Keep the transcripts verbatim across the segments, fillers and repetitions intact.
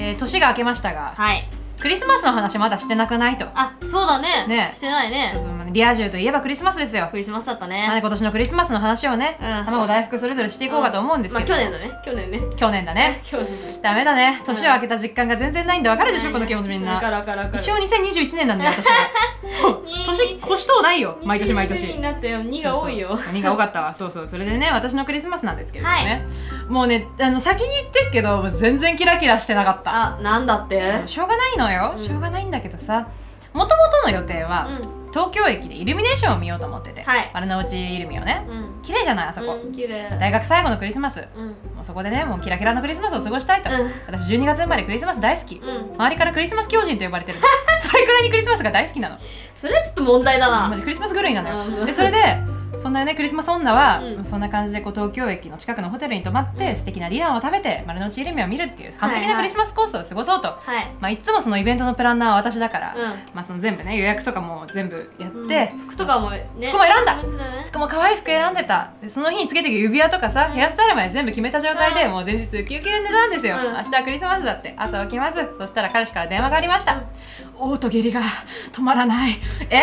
えー、年が明けましたが、 はい。 クリスマスの話まだしてなくないと。 あ、そうだね。 ね、 してないね。 そうそう、リア充といえばクリスマスですよ。 クリスマスだったね。 まあね、今年のクリスマスの話をね、 うん、 卵大福それぞれしていこうかと思うんですけど、 うん、まあ去年だね。去年ね。 去年だね。 去年ダメだね。年を明けた実感が全然ないんで分かるでしょ、この気持ちみんな。 わかるわかるわかる。 一応にせんにじゅういちねんなんだよ、私は。年越しとうないよ、毎年毎年。 になったよ。にが多いよ。 そうそうにが多かったわ。そうそう。それでね、私のクリスマスなんですけれどもね、もうね、あの先に言ってっけど全然キラキラしてなかった。 あ、なんだって？ しょうがないのよ。しょうがないんだけどさ、もともとの予定は東京駅でイルミネーションを見ようと思ってて、丸の内イルミをね、綺麗じゃないあそこ。 綺麗。 大学最後のクリスマス、もうそこでね、もうキラキラのクリスマスを過ごしたいと。私じゅうにがつ生まれ、クリスマス大好き。周りからクリスマス狂人と呼ばれてる。それくらいにクリスマスが大好きなの。 それはちょっと問題だな。 マジクリスマス狂いなのよ。でそれでそんなねクリスマス女は、うん、そんな感じでこう東京駅の近くのホテルに泊まって、うん、素敵なディナーを食べて丸の内イルミを見るっていう完璧なクリスマスコースを過ごそうと、はいはい、まあ、いつもそのイベントのプランナーは私だから、うん、まあその全部ね予約とかも全部やって、うん、 服とかもね服も選んだ、ね、服も可愛い服選んでた。でその日につけていく指輪とかさ、うん、ヘアスタイルまで全部決めた状態で、うん、もう前日ウキウキで寝たんですよ、うん、明日はクリスマスだって朝起きます。そしたら彼氏から電話がありました、うん、嘔吐下痢が止まらない。えっ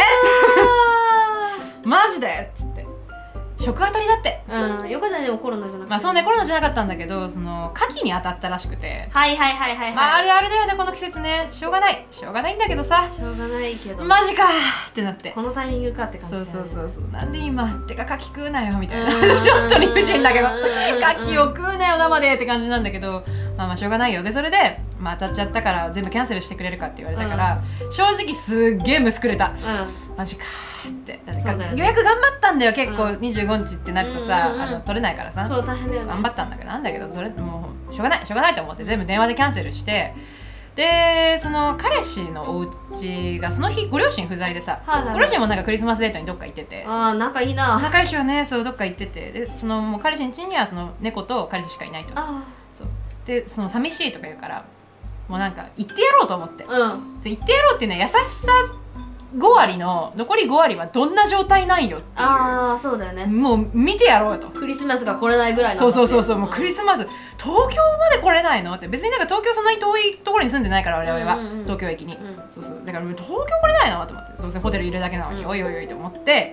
マジでっつって、食当たりだって。 うん、よかったね。でもコロナじゃなくて、 まあそうね、コロナじゃなかったんだけど、その牡蠣に当たったらしくて、 はいはいはいはいはい、 まああれあれだよね、この季節ね。しょうがないしょうがないんだけどさ、 しょうがないけどマジかーってなって、このタイミングかって感じだよね。そうそうそうそう、なんで今ってか牡蠣食うなよみたいなちょっと理不尽だけど、牡蠣を食うなよ生でって感じなんだけど、まあまあしょうがないよ。でそれでまあ当たっちゃったから全部キャンセルしてくれるかって言われたから、うん、正直すっげえむすくれた、うん、マジかーって。予約頑張ったんだよ結構、うん、にじゅうごにちってなるとさ、うんうんうん、あの取れないからさ、 そう大変だよね。 頑張ったんだけど、なんだけどそれもうしょうがないしょうがないと思って全部電話でキャンセルして、でその彼氏のお家がその日ご両親不在でさ、はいはいはい、ご両親もなんかクリスマスデートにどっか行ってて、 あー仲いいな。 仲いいしよね。そうどっか行ってて、でそのもう彼氏ん家にはその猫と彼氏しかいないと。あそうでその寂しいとか言うから、もうなんか行ってやろうと思って、うん、で行ってやろうっていうのは優しさごわりの残りごわりはどんな状態なんよっていう。 ああそうだよね。 もう見てやろうと。 クリスマスが来れないぐらいの。 そうそうそうそう、もうクリスマス東京まで来れないのって。別になんか東京そんなに遠いところに住んでないから我々は、うんうんうん、東京駅に、うん、そうそうだから東京来れないのと思って、どうせホテルいるだけなのに、うん、おいおいおいと思って、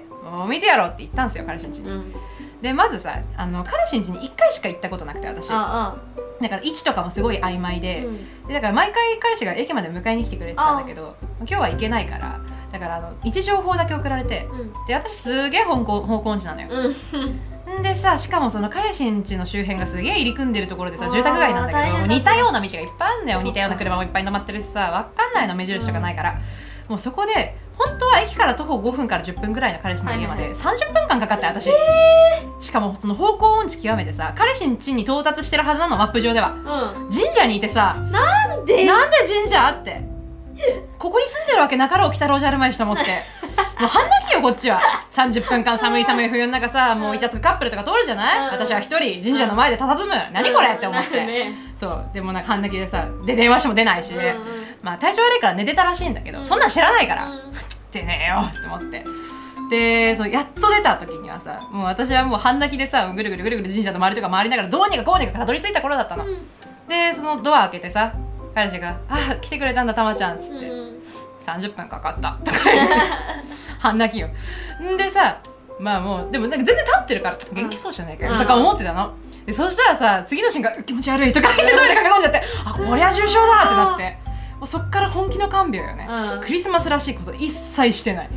もう見てやろうって言ったんですよ彼氏ん家に、うん、でまずさ、あの彼氏ん家にいっかいしか行ったことなくて私、ああだから位置とかもすごい曖昧で、うん、でだから毎回彼氏が駅まで迎えに来てくれてたんだけど、今日は行けないからだからあの位置情報だけ送られて、うん、で私すげえ方向方向音痴なのよ、うん、でさしかもその彼氏ん家の周辺がすげえ入り組んでるところでさ住宅街なんだけど、似たような道がいっぱいあるんだよ。似たような車もいっぱい止まってるしさ、分かんないの目印とかないから、うん、もうそこで本当は駅から徒歩ごふんからじゅっぷんぐらいの彼氏の家までさんじゅっぷんかんかかって私、しかもその方向音痴極めてさ、彼氏ん家に到達してるはずなのマップ上では、うん、神社にいてさ、 なんでなんで神社ってここに住んでるわけなかろう鬼太郎じゃあるまいしと思ってもう半泣きよこっちは。さんじゅっぷんかん寒い寒い冬の中さ、もうイチャつくカップルとか通るじゃない、うん、私は一人神社の前で佇む、うん、何これって思って、うんね、そうでもなんか半泣きでさ、で電話しても出ないし、うんうん、まあ体調悪いから寝てたらしいんだけど、うん、そんなん知らないから、うん、出ねえよって思って、でそうやっと出た時にはさ、もう私はもう半泣きでさ、ぐるぐるぐるぐる神社の周りとか回りながらどうにかこうにかたどり着いた頃だったの、うん、でそのドア開けてさ、彼氏が「あ来てくれたんだたまちゃん」っつって、うん、さんじゅっぷんかかったとか半泣きよ。んでさ、まあもうでもなんか全然立ってるから元気そうじゃないかよとか思ってたの。でそしたらさ、次の瞬間気持ち悪いとか言ってトイレ駆け込んじゃって、あこりゃ重症だってなって、もうそっから本気の看病よね、うん、クリスマスらしいこと一切してない、うん、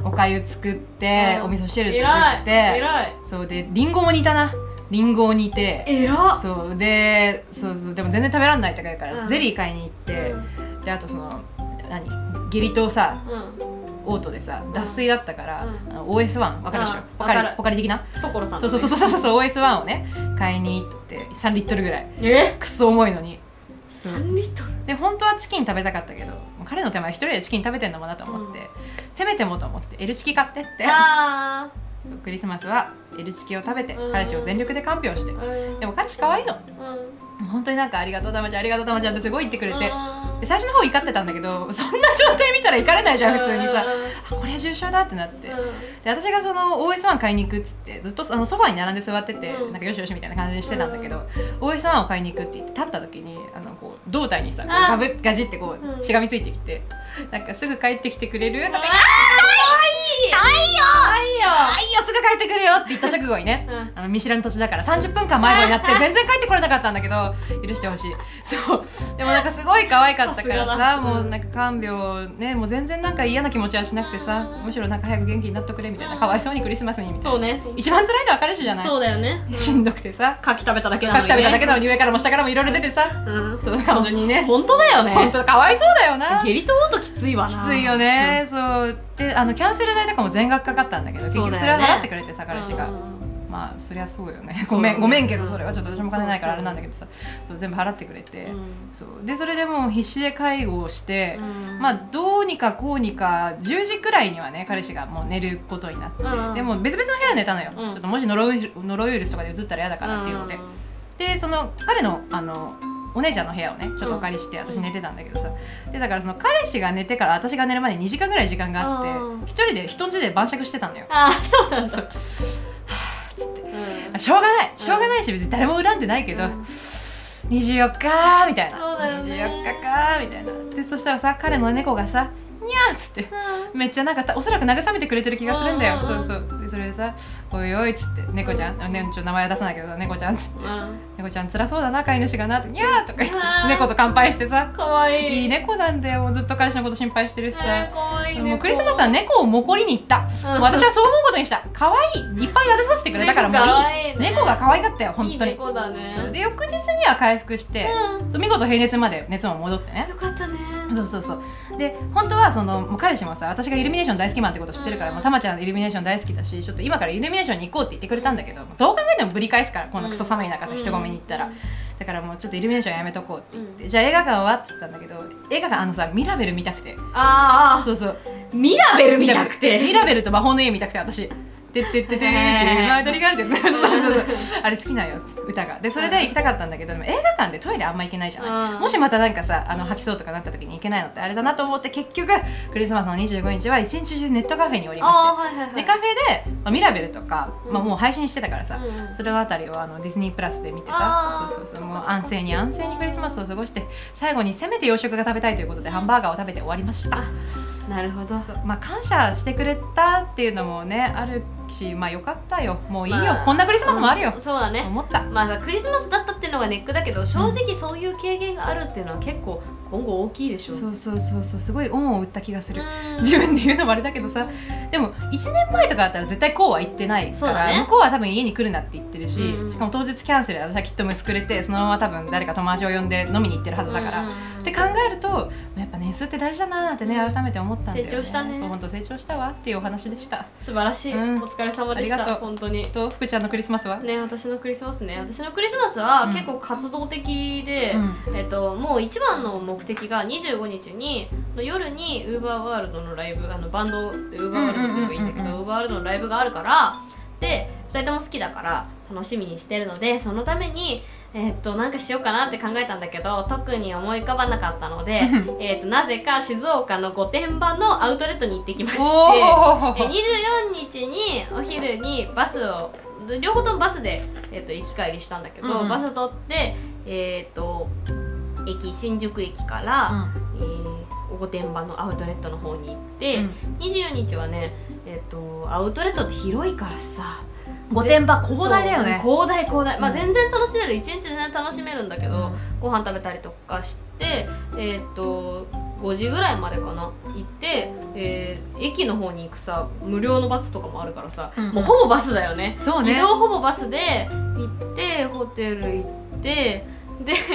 おかゆ作って、うん、お味噌汁作って、 偉いそうでリンゴも煮たな、リンゴを煮て、 えらっ、 そうでそうそうでも全然食べられないとか言うから、うん、ゼリー買いに行って、うん、であとその何下痢とさ、うん、嘔吐でさ脱水だったから、うん、あの オーエスワン 分かるでしょ、ポカリポカリ的な所さん、 そうそうそうそうそう オーエスワン をね買いに行ってさんリットルぐらい、 えくそ重いのにさんリットルで、本当はチキン食べたかったけど、彼の手前一人でチキン食べてんのもなと思って、うん、せめてもと思って L チキ買ってって、 あクリスマスは L チキを食べてうん彼氏を全力で看病して、 うんでも彼氏可愛いの、 うん本当になんかありがとうたまちゃんありがとうたまちゃんってすごい言ってくれて、 うんで最初の方怒ってたんだけど、そんな状態見たら怒れないじゃん普通にさ、 うんあこれは重症だってなって、 うんで私がその オーエスワン 買いに行くっつってずっとあのソファーに並んで座ってて、 うんなんかよしよしみたいな感じにしてたんだけど、オーエスワン を買いに行くって言って立った時にあのこう胴体にさこうあガブガジってこうんうしがみついてきて、なんかすぐ帰ってきてくれるとか言ってかわいい可愛いよ可愛いよ可愛いよすぐ帰ってくるよって言った直後にね、 うんあの見知らぬ土地だからさんじゅっぷんかん迷子になって全然帰ってこれなかったんだけど許してほしい。そうでもなんかすごい可愛かったからさ、 さすがだもうなんか看病ね、もう全然なんか嫌な気持ちはしなくてさ、 うんむしろなんか早く元気になっとくれみたいな、かわいそうにクリスマスにみたいな。 そうねそう一番辛いのは彼氏じゃない。 そうだよねしんどくてさ、 牡蠣食べただけなかのにねき食べただけなのに上からも下からもいろいろ出てさ、 うんそう彼女にね本当だよね本当かわいそうだよな。 下痢とおうときついわなきついよね、そうであのキャンセル代とかも全額かかったんだけど、結局それは払ってくれてさ彼氏が、まあそりゃそうよね、ごめんごめんけどそれはちょっと私も金ないからあれなんだけどさ、そう全部払ってくれて、そうでそれでもう必死で介護をして、まあどうにかこうにかじゅうじくらいにはね彼氏がもう寝ることになって、 うんでも別々の部屋で寝たのよ、 うんちょっともしノロウイルノロウイルスとかで移ったら嫌だからっていうので、でその彼のあのお姉ちゃんの部屋をねちょっとお借りして私寝てたんだけどさ、でだからその彼氏が寝てから私が寝るまでにじかんぐらい時間があってうん一人で人ん家で晩酌してたのよ。 ああそうなんだそううんしょうがないしょうがないし別に誰も恨んでないけど、 うんにじゅうよっかーみたいな、 そうだよねにじゅうよっかかーみたいな。でそしたらさ彼の猫がさにゃーっつってめっちゃなんかたおそらく慰めてくれてる気がするんだよ。 うんうんうんそうそうでそれでさおいおいっつって猫ちゃん、あね、ちょっと名前は出さないけど猫ちゃんっつって、 うん猫ちゃん辛そうだな飼い主がなってにゃーとか言ってうん猫と乾杯してさ、 かわいいいい猫なんだよ、もうずっと彼氏のこと心配してるしさ、 ねかわいいもうクリスマスは猫をもこりに行った、 うんもう私はそう思うことにした。可愛いいっぱい撫でさせてくれたからもういい、 猫可愛いね猫が可愛かったよ本当に。 いい猫だねで翌日には回復して、 うんそう見事平熱まで熱も戻ってね。 よかったねそうそうそうで本当はそのもう彼氏もさ私がイルミネーション大好きマンってこと知ってるから、 うんもうたまちゃんイルミネーション大好きだしちょっと今からイルミネーションに行こうって言ってくれたんだけど、どう考えてもぶり返すからこんなクソ寒い中さ、 うん人混みに行ったら、 うんだからもうちょっとイルミネーションやめとこうって言って、 うんじゃあ映画館はっつったんだけど、映画館あのさミラベル見たくて、 あそうそうあミラベル見たくてミラベルと魔法の家見たくて私てってってってって前撮りがあるってそうそうそうあれ好きなんよ歌が。でそれで行きたかったんだけど、でも映画館でトイレあんま行けないじゃない、 うんもしまたなんかさあの吐きそうとかなった時に行けないのってあれだなと思って、結局クリスマスのにじゅうごにちは一日中ネットカフェにおりまして、 あーはいはいはいでカフェで、まあ、ミラベルとか、 うんまあ、もう配信してたからさ、 うんそれあたりをあのディズニープラスで見てさ、 あーそうそうそう、もうそっかそっか安静に安静にクリスマスを過ごして、最後にせめて洋食が食べたいということでハンバーガーを食べて終わりました。 あなるほどそうまあ、感謝してくれたっていうのもねあるし、まあよかったよ、もういいよ、 まあこんなクリスマスもあるよ、 うんそうだね思った。 まあさクリスマスだったっていうのがネックだけど正直そういう経験があるっていうのは結構今後大きいでしょそうそうそうそう、すごい恩を売った気がする、 うん自分で言うのもあれだけどさ、でもいちねんまえとかだったら絶対こうは言ってないから、 そうだね向こうは多分家に来るなって言ってるし、 うんしかも当日キャンセルで私はきっと息子くれてそのまま多分誰か友達を呼んで飲みに行ってるはずだから、 うんって考えるとやっぱ年数って大事だなーなんてね改めて思ったんだよね。 成長したねそう本当成長したわっていうお話でした。 素晴らしい、 うんお疲れ様でしたありがとう本当にと福ちゃんのクリスマスは、 ね私のクリスマスね私のクリスマスはうん結構活動的で、 うんえっと、もう一番の目的がにじゅうごにちにの夜にウーバーワールドのライブあのバンドでウーバーワールドって言えばいいんだけうんうんうんうんどウーバーワールドのライブがあるからでふたりとも好きだから楽しみにしてるのでそのためにえっとなんかしようかなって考えたんだけど特に思い浮かばなかったのでえっとなぜか静岡の御殿場のアウトレットに行ってきましておーえにじゅうよっかにお昼にバスを両方ともバスで、えっと行き帰りしたんだけど、 うんうんバス取ってえっと駅新宿駅から、えー御殿場のアウトレットの方に行って、 うんにじゅうよっかはね、えっとアウトレットって広いからさ御殿場広大だよね。 そう広大広大、まあ、 うん全然楽しめる一日全然楽しめるんだけど、 うんご飯食べたりとかしてえっとごじぐらいまでかな行って、えー駅の方に行くさ無料のバスとかもあるからさ、 うんもうほぼバスだよねそうね。 移動ほぼバスで行ってホテル行ってで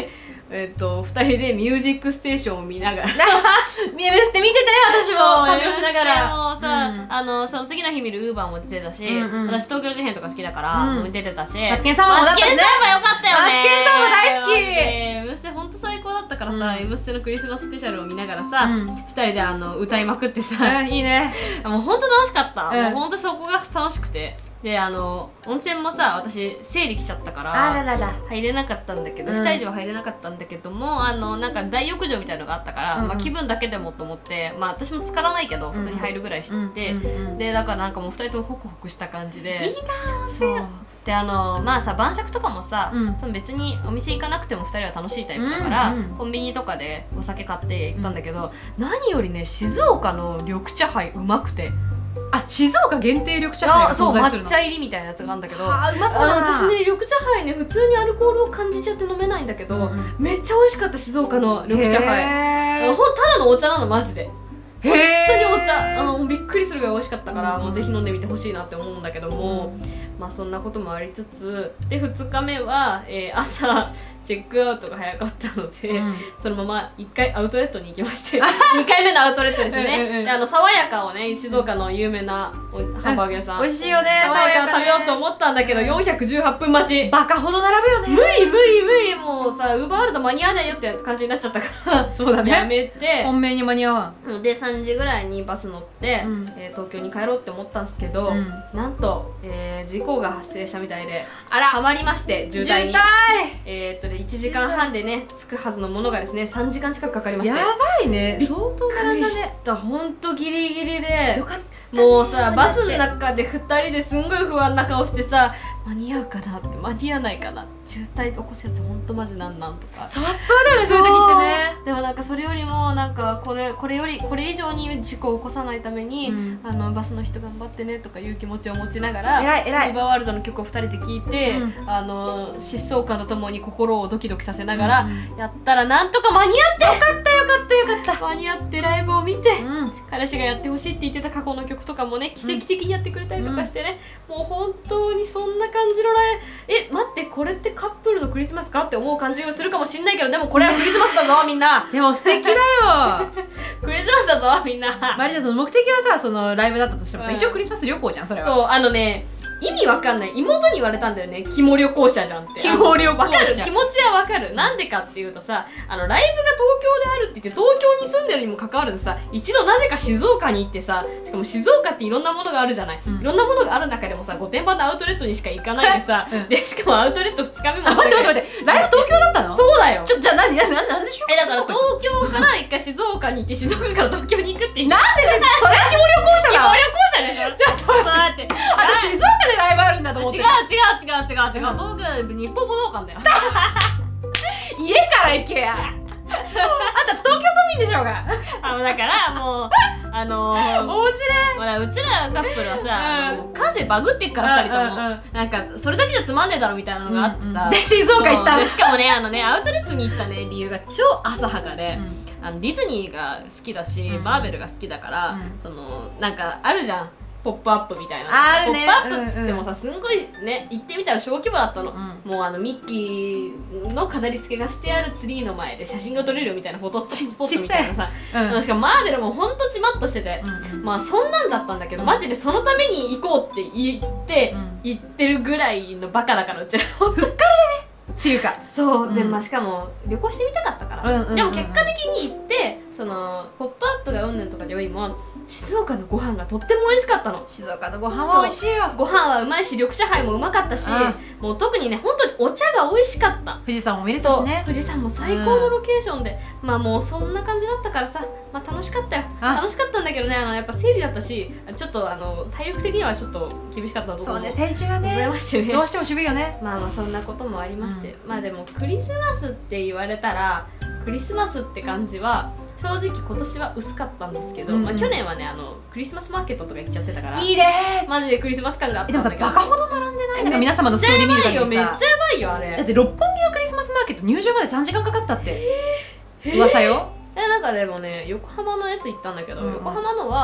えっとふたりで「ミュージックステーション」を見ながらミエメスって見てたよ私も旅をしながら。 もうさ、あのその次の日見るウーバーも出てたし、私東京事変とか好きだから出てたし、 マツケンサンバもだったしね。 マツケンサンバよかったよね。 マツケンサンバ大好き。 エムステほんと最高だったからさ、エムステのクリスマススペシャルを見ながらさ、ふたりであの歌いまくってさ、 いいね。 もうほんと楽しかった。もうほんとそこが楽しくて。であの温泉もさ私生理来ちゃったから入れなかったんだけど、うん、ふたりでは入れなかったんだけども、あのなんか大浴場みたいのがあったから、うんうん、まあ、気分だけでもと思って、まあ、私も浸からないけど普通に入るぐらいして、うんうん、でだからなんかもうふたりともホクホクした感じでいいな温泉。 であのまあさ晩酌とかもさ、うん、その別にお店行かなくてもふたりは楽しいタイプだから、うんうん、コンビニとかでお酒買って行ったんだけど、うん、何よりね静岡の緑茶杯うまくて。 あ、静岡限定緑茶杯が存在するの。 そう、抹茶入りみたいなやつがあるんだけど、 あ、うまそうだな。 私ね緑茶杯ね普通にアルコールを感じちゃって飲めないんだけど、うん、めっちゃ美味しかった静岡の緑茶杯。ほんただのお茶なのマジで。本当にお茶あのびっくりするぐらい美味しかったから、うん、もうぜひ飲んでみてほしいなって思うんだけども、うん、まあそんなこともありつつでふつかめは、えー、朝チェックアウトが早かったので、うん、そのままいっかいアウトレットに行きましてにかいめのアウトレットですね。であの爽やかをね静岡の有名なハンバーグ屋さん、 美味しいよね。 爽やか食べようと思ったんだけどよんひゃくじゅうはっぷん待ち。 バカほど並ぶよね。 無理無理無理もうさウーバーワールド間に合わないよって感じになっちゃったからそうだねやめて本命に間に合わんでさんじぐらいにバス乗って、うん、えー、東京に帰ろうって思ったんですけど、うん、なんと、えー、事故が発生したみたいであらはまりまして渋滞に渋滞えー、っとでいちじかんはんでね着くはずのものがですねさんじかん近くかかりましてやばいね相当並んだね。 ほんとギリギリでよかった。もうさバスの中でふたりですんごい不安な顔してさ間に合うかなって間に合わないかな渋滞起こすやつほんとマジなんなんとかそうそうだよねそういう時ってね。 でもなんかそれよりもなんかこれこれよりこれ以上に事故を起こさないために、うん、あのバスの人頑張ってねとかいう気持ちを持ちながらえらいえらいウーバーワールドの曲をふたりで聴いて、うん、あの疾走感とともに心をドキドキさせながらやったらなんとか間に合って、 よかったよかったよかった間に合ってライブを見て、うん、彼氏がやってほしいって言ってた過去の曲とかもね奇跡的にやってくれたりとかしてね、うん、もう本当にそんな感じのライブえ待ってこれってカップルのクリスマスかって思う感じがするかもしんないけどでもこれはクリスマスだぞみんなでも素敵だよクリスマスだぞみんな。 マリちゃんその目的はさそのライブだったとしてもさ、うん、一応クリスマス旅行じゃんそれは。 そうあのね意味わかんない妹に言われたんだよね肝旅行者じゃんって。 肝旅行者わかる気持ちはわかる。なんでかっていうとさあのライブが東京であるって言って東京に住んでるにもかかわらずさ一度なぜか静岡に行ってさしかも静岡っていろんなものがあるじゃない、うん、いろんなものがある中でもさ御殿場のアウトレットにしか行かないでさ、うん、でしかもアウトレットふつかめも待って待って待ってライブ東京だったの？ そうだよ。 ちょじゃあ何何何なんでしょうえだから東京から一回静岡に行って静岡から東京に行くってなんでしそれ肝旅行者だ肝旅行者でしょ。ちょっと待ってあと静岡でライブあるんだと思って違う違う違う違う違う東京日本武道館だよ家から行けやあんた東京都民でしょうがあのだからもうあのー、 面白い。 まだうちらカップルはさ、うん、感性バグってっからふたりとも、うんうん、なんかそれだけじゃつまんねえだろみたいなのがあってさ、うんうん、 で静岡行ったの。 しかもねあのねアウトレットに行ったね理由が超浅はかで、うん、あのディズニーが好きだし、うん、マーベルが好きだから、うん、そのなんかあるじゃんポップアップみたいな、ね、ポップアップっつってもさ、うんうん、すんごいね行ってみたら小規模だったの、うん、もうあのミッキーの飾り付けがしてあるツリーの前で写真が撮れるみたいなフォトスポットみたいなさ、うん、しかもマーベルもほんとちまっとしてて、うん、まあそんなんだったんだけど、うん、マジでそのために行こうって言って、うん、行ってるぐらいのバカだからうちらふっからねっていうかそう、 うん、 でまあしかも旅行してみたかったから、うんうんうんうん、でも結果的に行ってそのポップアップがうんぬんとかよりも静岡のご飯がとっても美味しかったの。 静岡のご飯は美味しいよ。 ご飯はうまいし緑茶杯もうまかったし、うん、もう特にね本当にお茶が美味しかった。 富士山も見れたしね。 富士山も最高のロケーションで、うん、まあもうそんな感じだったからさ、まあ楽しかったよ。楽しかったんだけどねあのやっぱ生理だったしちょっとあの体力的にはちょっと厳しかったところそうね先週はねございましてねどうしても渋いよね。 まあまあそんなこともありまして、うん、まあでもクリスマスって言われたらクリスマスって感じは正直今年は薄かったんですけど、うんうん、まあ、去年はねあのクリスマスマーケットとか行っちゃってたからいいねマジでクリスマス感があったんだけどでもさバカほど並んでないなんか皆様のストーリー見る限りさめっちゃやばいよめっちゃやばいよあれだって六本木のクリスマスマーケット入場までさんじかんかかったって噂よ。 えなんかでもね横浜のやつ行ったんだけど、うんうん、横浜のはあ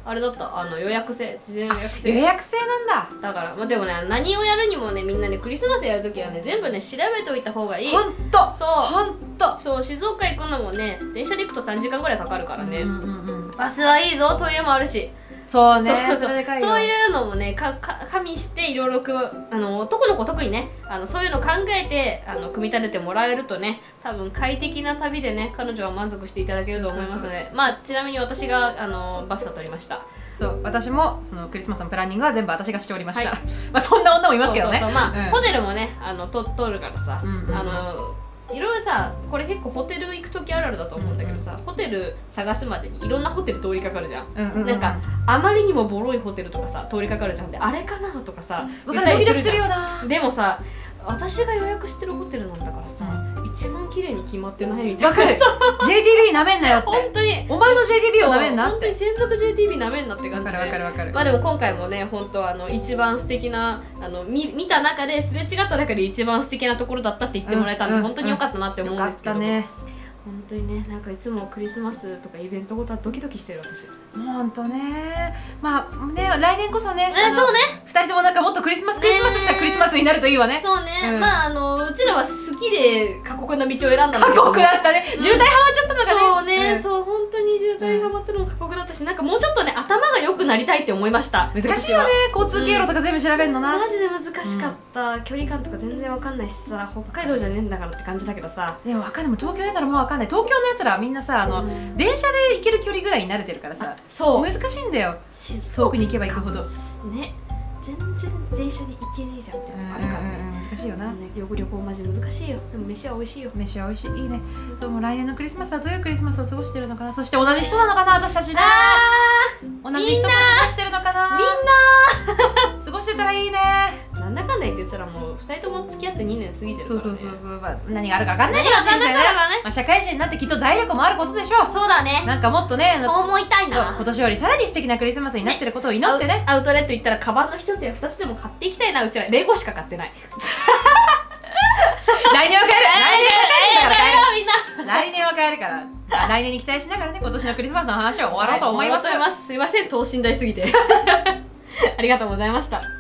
あれだった、あの予約制、事前予約制。 予約制なんだから、まあ、でもね、何をやるにもね、みんなね、クリスマスやるときはね、全部ね、調べておいた方がいい。 だ。ほんとそうほんと。 そう、静岡行くのもね、電車で行くとさんじかんぐらいかかるからね、 うんうんうん、 バスはいいぞ、トイレもあるし。 そうね、 そうそう、 それでかいよ。 そういうのもね、かか加味していろいろくあの男の子特にね、あのそういうの考えてあの組み立ててもらえるとね、多分快適な旅でね、彼女は満足していただけると思いますので、まあちなみに私があのバスを取りました。 そう、私もそのクリスマスのプランニングは全部私がしておりました。 はい、 まあそんな女もいますけどね。 そうそうそう、まあ、 うん、 ホテルもね、あのと取るからさ、 うんうんうん、 あのいろいろさ、これ結構ホテル行く時あるあるだと思うんだけどさ、うんうん、ホテル探すまでにいろんなホテル通りかかるじゃん。うんうんうん、なんかあまりにもボロいホテルとかさ通りかかるじゃん。で、あれかなとかさ、 分かる、ドキドキするよな。 でもさ、私が予約してるホテルなんだからさ、うん、一番綺麗に決まってないみたいな。 分かる。ジェイティービー なめんなよって。 本当に。 お前の ジェイティービー をなめんなって。 本当に専属 ジェイティービー なめんなって感じで。 分かる分かる分かる。 まあでも今回もね、本当あの一番素敵なあの見見た中ですれ違った中で一番素敵なところだったって言ってもらえたんで、うん、本当に良かったなって思うんですけど。よかったね。本当にね、なんかいつもクリスマスとかイベントごとはドキドキしてる私。 本当ね。まあね、来年こそね、 えそうね、 二人ともなんかもっとクリスマスクリスマスしたクリスマスになるといいわね。 そうね、うん、まああのうちらは好きで過酷な道を選んだんだけど、 過酷だったね、渋滞ハマっちゃったのがね。 そうね、うん、そう本当に渋滞ハマったのも過酷だったし、なんかもうちょっとね頭が良くなりたいって思いました。 難しいよね、交通経路とか全部調べるのな、 うん、マジで難しかった、うん、距離感とか全然わかんないしさ、北海道じゃねえんだからって感じだけどさ。 でもわかんない、東京出たらもうわかんない。東京のやつらみんなさ、あの、うん、電車で行ける距離ぐらいに慣れてるからさ、そう難しいんだよ、遠くに行けば行くほどね。全然電車で行けねえじゃんみたいなのあるからね。 難しいよな、ね、 旅行マジ難しいよ。でも飯は美味しいよ。 飯は美味しい、いいね。そう、もう来年のクリスマスはどういうクリスマスを過ごしてるのかな。そして同じ人なのかな、私たちね。同じ人が過ごしてるのかな。みんな過ごしてたらいいね。 なんだかんだ言って言ったらもうふたりとも付き合ってにねん過ぎてるからね。 そうそうそうそう、まあ、何があるか分かんないけど人生ね。まあ社会人になってきっと財力もあることでしょう。 そうだね。 なんかもっとね、 そう思いたいな。 今年よりさらに素敵なクリスマスになってることを祈ってね。 ね、アウトレット行ったらカバンの一つや二つでも買っていきたいな。うちらレゴしか買ってない。 来年は買える。 来年は買える。みんな。 来年は買えるから。来年に期待しながらね、今年のクリスマスの話を終わろうと思います。 すいません、等身大すぎて。ありがとうございました。